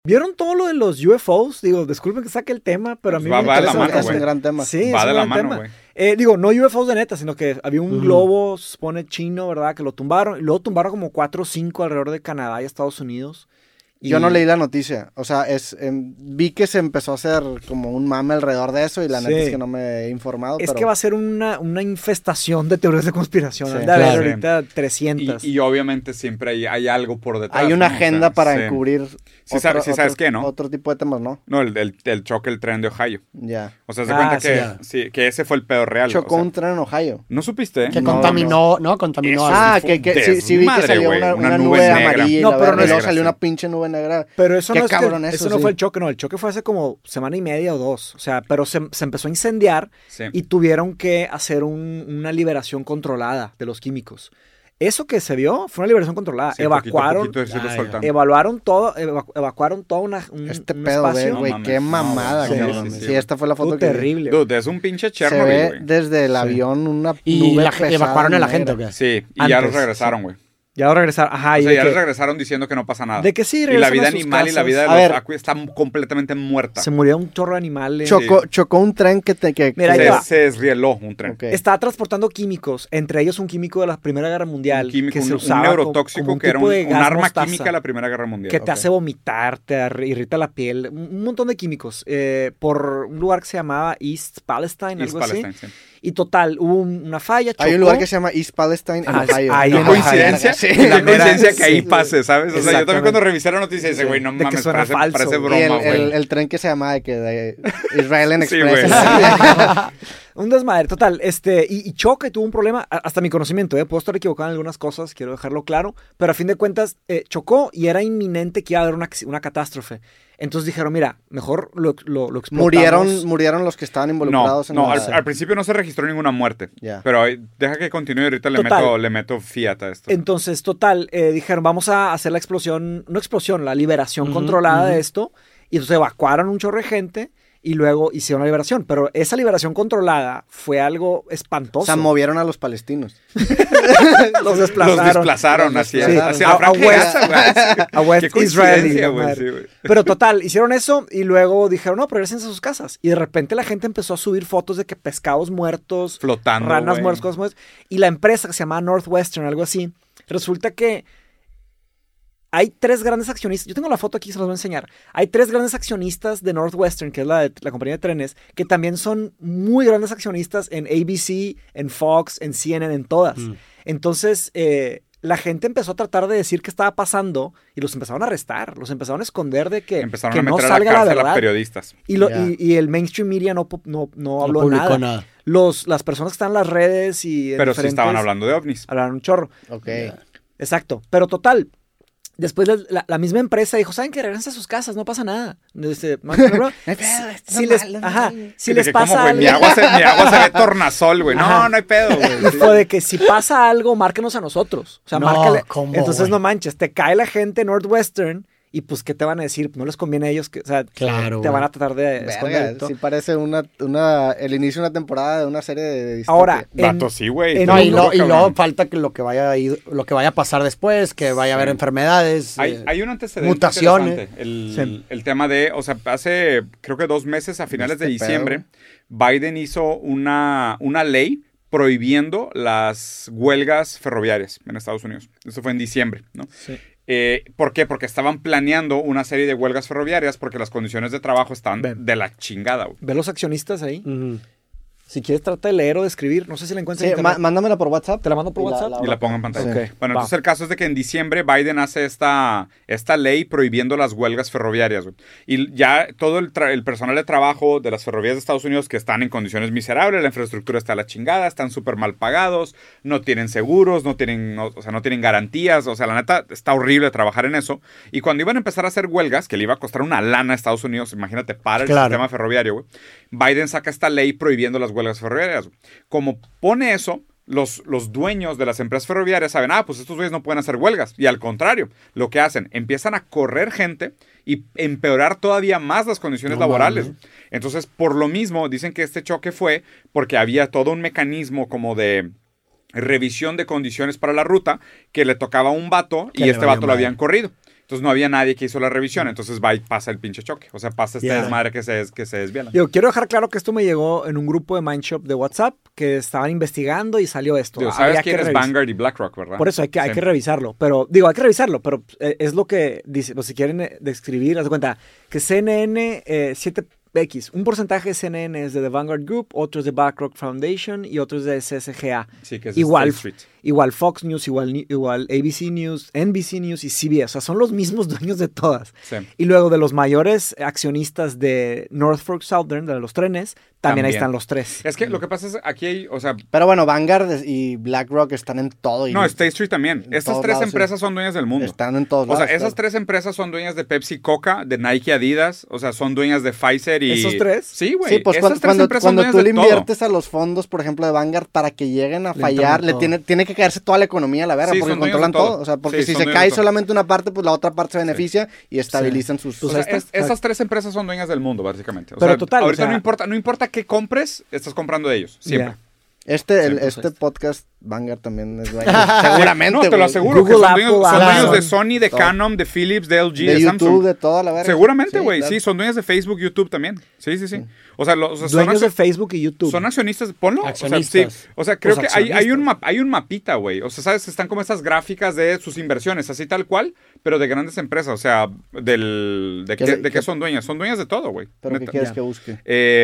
¿Vieron todo lo de los UFOs? Digo, disculpen que saque el tema, pero a mí va de la mano, es un gran tema. Sí, va es de un la gran mano, tema. güey. Digo, no UFOs de neta, sino que había un globo, se supone chino, ¿verdad? Que lo tumbaron. Y luego tumbaron como 4 o 5 alrededor de Canadá y Estados Unidos. Yo no leí la noticia. O sea, vi que se empezó a hacer como un mame alrededor de eso y la neta es que no me he informado. Es que va a ser una infestación de teorías de conspiración. Sí, Anda a ver ahorita 300. Y obviamente siempre hay algo por detrás. Hay una ¿no? agenda para encubrir ¿sabes qué, no? Otro tipo de temas, ¿no? No, el choque, el tren de Ohio. Ya. O sea, se cuenta que ese fue el pedo real. Chocó un tren en Ohio. ¿No supiste? Que contaminó, ¿no? Contaminó. Sí vi que salió una nube amarilla. No, pero luego salió una pinche nube negra. Pero eso no, eso no sí. fue el choque, no. El choque fue hace como semana y media o 2. O sea, pero se empezó a incendiar y tuvieron que hacer una liberación controlada de los químicos. Eso que se vio fue una liberación controlada. Sí, evacuaron todo un pedo, espacio. güey, qué mamada. Sí, esta fue la foto que terrible. Dude, es un pinche se Chernobyl, ve güey. desde el avión una ¿Y nube evacuaron a la gente o qué? Sí, y ya los regresaron, güey. Ya lo regresaron. Ajá. O sea, ya les regresaron diciendo que no pasa nada. De que sí, y la vida a sus animal casas. y la vida de los acuíes está completamente muerta. Se murió un chorro de animales. Chocó un tren que Mira, se desrieló un tren. Okay. Estaba transportando químicos, entre ellos un químico de la Primera Guerra Mundial. Que se usaba un neurotóxico como un que era un arma mostaza, química de la Primera Guerra Mundial. Que te hace vomitar, te irrita la piel, un montón de químicos. Por un lugar que se llamaba East Palestine, algo así. Sí. Y total, hubo una falla, chocó. Hay un lugar que se llama East Palestine en Ohio. ¿Qué coincidencia? Sí. La coincidencia que ahí pase, ¿sabes? O sea, yo también cuando revisé la noticia dice, güey, no mames, parece broma, güey. El tren que se llama de Israel en Express. Un desmadre, total. Y choca y tuvo un problema, hasta mi conocimiento, puedo estar equivocado en algunas cosas, quiero dejarlo claro, pero a fin de cuentas chocó y era inminente que iba a haber una catástrofe. Entonces dijeron, mira, mejor lo explotamos. ¿Murieron los que estaban involucrados? Al principio no se registró ninguna muerte. Pero deja que continúe y ahorita le meto fiat a esto. Entonces, dijeron, vamos a hacer la liberación controlada de esto. Y entonces evacuaron un chorro de gente y luego hicieron la liberación. Pero esa liberación controlada fue algo espantoso. O sea, movieron a los palestinos. Los desplazaron hacia la franja de Gaza, a West Israel. güey. Pero total, hicieron eso y luego dijeron, no, pero regresense a sus casas. Y de repente la gente empezó a subir fotos de que pescados muertos, flotando, ranas muertas, cosas muertas. Y la empresa que se llama Northwestern, algo así, resulta que hay 3 grandes accionistas. Yo tengo la foto aquí, se los voy a enseñar. Hay 3 grandes accionistas de Northwestern, que es la compañía de trenes, que también son muy grandes accionistas en ABC, en Fox, en CNN, en todas. Entonces, la gente empezó a tratar de decir qué estaba pasando y los empezaron a arrestar, los empezaron a esconder de que empezaron que a meter no salga a la cárcel la verdad. A periodistas. Y el mainstream media no habló nada. Las personas que están en las redes y pero sí estaban hablando de ovnis. Hablaron un chorro. Okay. Exacto. Pero total, después la misma empresa dijo, ¿saben qué? Regresense a sus casas, no pasa nada. Si les pasa algo... Mi agua se ve tornasol, güey. No hay pedo, güey. Y fue de que si pasa algo, márquenos a nosotros. O sea, márcale. Entonces, no manches, te cae la gente Northwestern y pues, ¿qué te van a decir? No les conviene a ellos, o sea, te van a tratar de esconder. Sí parece el inicio de una temporada de una serie de distopia. Ahora, sí, güey. Y luego falta que lo que vaya a pasar después, que vaya a haber enfermedades, hay un antecedente mutaciones. El tema de, o sea, hace creo que 2 meses a finales de diciembre, Biden hizo una ley prohibiendo las huelgas ferroviarias en Estados Unidos. Eso fue en diciembre, ¿no? Sí. ¿Por qué? Porque estaban planeando una serie de huelgas ferroviarias porque las condiciones de trabajo estaban de la chingada, güey. Ve los accionistas ahí. Si quieres, trata de leer o de escribir. No sé si la encuentras en internet. Mándamela por WhatsApp. Te la mando por WhatsApp. Y la pongo en pantalla. Okay. Bueno, entonces el caso es de que en diciembre Biden hace esta ley prohibiendo las huelgas ferroviarias, güey. Y ya todo el personal de trabajo de las ferrovías de Estados Unidos que están en condiciones miserables, la infraestructura está a la chingada, están súper mal pagados, no tienen seguros, no tienen garantías. O sea, la neta, está horrible trabajar en eso. Y cuando iban a empezar a hacer huelgas, que le iba a costar una lana a Estados Unidos, imagínate, para el sistema ferroviario, güey, Biden saca esta ley prohibiendo las huelgas ferroviarias. Como pone eso, los dueños de las empresas ferroviarias saben, pues estos güeyes no pueden hacer huelgas. Y al contrario, lo que hacen, empiezan a correr gente y empeorar todavía más las condiciones laborales. Entonces, por lo mismo, dicen que este choque fue porque había todo un mecanismo como de revisión de condiciones para la ruta que le tocaba a un vato y este vato lo habían corrido. Entonces no había nadie que hizo la revisión. Entonces va y pasa el pinche choque. O sea, pasa esta desmadre que se desviela. Yo quiero dejar claro que esto me llegó en un grupo de Mindshop de WhatsApp que estaban investigando y salió esto. Digo, sabes quién es Vanguard y BlackRock, ¿verdad? Por eso hay que revisarlo. Pero, hay que revisarlo, pero es lo que dice. Pues, si quieren describir, haz de cuenta que CNN 7X, un porcentaje de CNN es de The Vanguard Group, otro es de BlackRock Foundation y otro es de SSGA. Sí, que es igual, State Street. Igual Fox News, igual ABC News, NBC News y CBS. O sea, son los mismos dueños de todas. Sí. Y luego de los mayores accionistas de Norfolk Southern, de los trenes, también ahí están los tres. Es que lo que pasa es aquí hay, o sea... Pero bueno, Vanguard y BlackRock están en todo. No, State Street también. Estas tres empresas son dueñas del mundo. Están en todos lados. O sea, esas tres empresas son dueñas de Pepsi, Coca, de Nike, Adidas. O sea, son dueñas de Pfizer y... ¿Esos tres? Sí, güey. Sí, pues cuando tú le inviertes a los fondos, por ejemplo, de Vanguard, para que lleguen a fallar, tiene que caerse toda la economía a la verga, porque controlan todo. O sea, porque si se cae solamente una parte, pues la otra parte se beneficia y estabilizan sus... O sea, esas tres empresas son dueñas del mundo, básicamente. O pero sea, total, ahorita no importa qué compres, estás comprando de ellos, siempre. Este podcast, Vanguard también es dueño. Seguramente, no, te lo aseguro. Google, que son Apple, dueños de Sony, de Canon, de Philips, de LG, de de YouTube, Samsung. de toda la verga. Seguramente, güey. Claro. Sí, son dueños de Facebook, YouTube también. Sí. O sea, dueños de Facebook y YouTube. Son accionistas, ponlo. Accionistas. O sea, creo Pues que hay un mapita, güey. O sea, ¿sabes? Están como estas gráficas de sus inversiones, así tal cual, pero de grandes empresas. O sea, de qué son dueñas. Son dueñas de todo, güey. ¿Pero qué quieres que busque?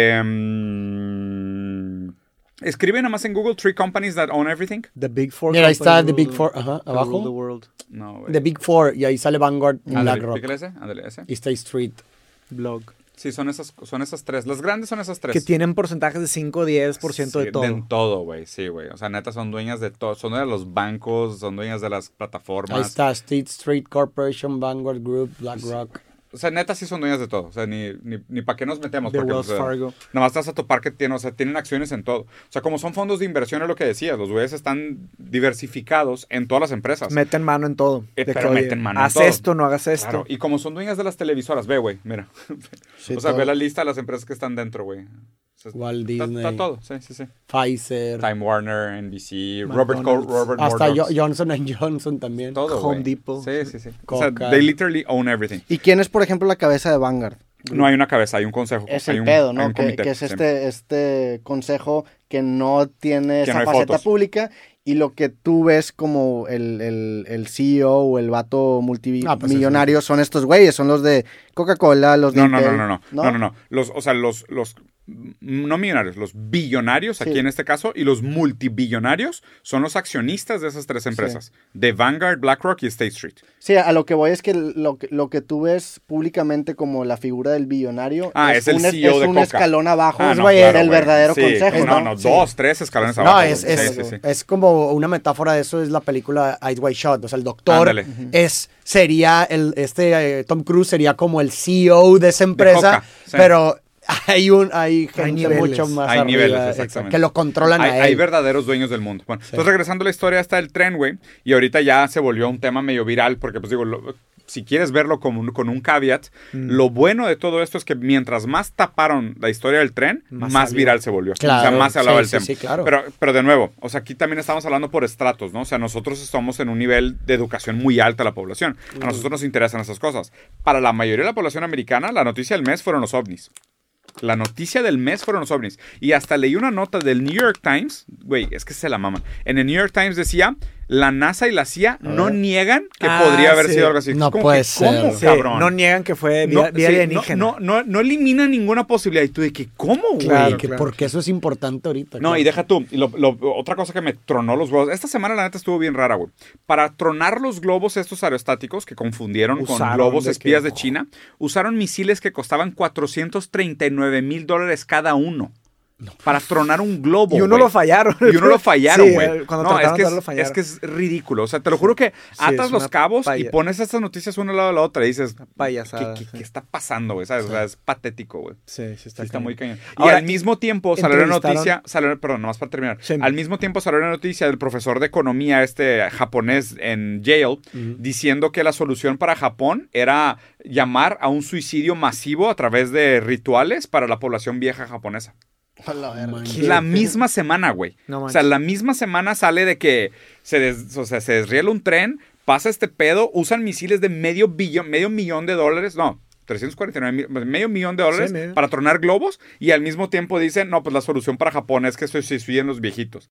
Escribe nomás en Google 3 companies that own everything. The Big Four. Mira, ahí está The Company Big Four, ajá, rule abajo. the world. No, güey. The Big Four, y ahí sale Vanguard y Ándale, BlackRock. pícale ese. Y State Street. Blog. Sí, son esas tres. Las grandes son esas tres. Que tienen porcentajes de 5 o 10% de todo. De todo, güey. Sí, güey. O sea, neta, son dueñas de todo. Son dueñas de los bancos, son dueñas de las plataformas. Ahí está State Street Corporation, Vanguard Group, BlackRock. O sea, neta, sí son dueñas de todo. O sea, ni para qué nos metemos. De Porque, Wells Fargo. Nomás te vas a topar que tienen acciones en todo. O sea, como son fondos de inversión, es lo que decías. Los güeyes están diversificados en todas las empresas. Meten mano en todo. Pero meten mano en todo. Haz esto, no hagas esto. Claro. Y como son dueñas de las televisoras, ve, güey, mira. Sí, o sea, todo. ve la lista de las empresas que están dentro, güey. O sea, Walt Disney. Está todo, sí. Pfizer. Time Warner, NBC, McDonald's. Robert Hasta Murdoch. Johnson &Johnson también. Todo, Home güey. Depot. Sí. O sea, Coca. they literally own everything. ¿Y quién es, por ejemplo, la cabeza de Vanguard? No hay una cabeza, hay un consejo. Es hay el un, pedo, hay ¿no? un comité, Que es sí. este consejo que no tiene Que esa no hay faceta fotos. pública y lo que tú ves como el CEO o el vato multimillonario son estos güeyes, son los de Coca-Cola, los de Intel. No. Los no millonarios, los billonarios aquí Sí. en este caso y los multibillonarios son los accionistas de esas tres empresas, de Vanguard, BlackRock y State Street. Sí, a lo que voy es que lo que tú ves públicamente como la figura del billonario es el CEO de un Coca. escalón abajo No, güey, claro, del güey. verdadero Sí, consejo. No, Sí. 2, 3 escalones No, abajo. es, güey. es, Sí. es como una metáfora de eso, es la película Eyes Wide Shut. O sea, el doctor Ándale. sería Tom Cruise sería como el CEO de esa empresa, Coca, sí. pero hay gente niveles. mucho más Hay arriba, niveles, exactamente. que lo controlan a él. Hay verdaderos dueños del mundo. Bueno, entonces regresando a la historia hasta el tren, güey, y ahorita ya se volvió un tema medio viral, porque pues digo, si quieres verlo con un caveat, lo bueno de todo esto es que mientras más taparon la historia del tren, más salió. viral se volvió. Claro, o sea, más se hablaba sí, del tema. sí, claro. Pero de nuevo, o sea, aquí también estamos hablando por estratos, ¿no? O sea, nosotros estamos en un nivel de educación muy alta la población. A nosotros nos interesan esas cosas. Para la mayoría de la población americana, la noticia del mes fueron los ovnis. La noticia del mes fueron los ovnis. Y hasta leí una nota del New York Times. Güey, es que se la maman. En el New York Times decía, la NASA y la CIA no niegan que podría haber sido algo así. No Es como puede que, ser. ¿cómo, Sí, cabrón? no niegan que fue No, vía sí, alienígena. no elimina ninguna posibilidad. Y tú de que, ¿cómo, güey? Claro. Porque eso es importante ahorita. No, claro. y deja tú. Y otra cosa que me tronó los huevos. Esta semana, la neta, estuvo bien rara, güey. Para tronar los globos estos aerostáticos que confundieron con Usaron globos de espías que- de China, usaron misiles que costaban $439,000 cada uno. Para tronar un globo. Y uno güey. lo fallaron. Y uno lo fallaron, Sí, güey. cuando No, trataron de es hacerlo, fallaron. es que es ridículo. O sea, te lo juro que atas es los una cabos y paya- pones estas noticias una al lado de la otra y dices, payasada, ¿qué sí. está pasando, güey? ¿Sabes? O sea, es patético, güey. Sí, está, Sí, está muy cañón. Y Ahora, al mismo tiempo salió la entrevistaron- noticia, perdón, nomás para terminar. Sí. Al mismo tiempo salió la noticia del profesor de economía japonés en Yale diciendo que la solución para Japón era llamar a un suicidio masivo a través de rituales para la población vieja japonesa. A la verga. La misma semana, güey. No o sea, manches. la misma semana sale de que se desriela un tren, pasa este pedo, usan misiles de medio millón de dólares, no, 349 medio millón de dólares para tronar globos y al mismo tiempo dicen, no, pues la solución para Japón es que se suiciden los viejitos.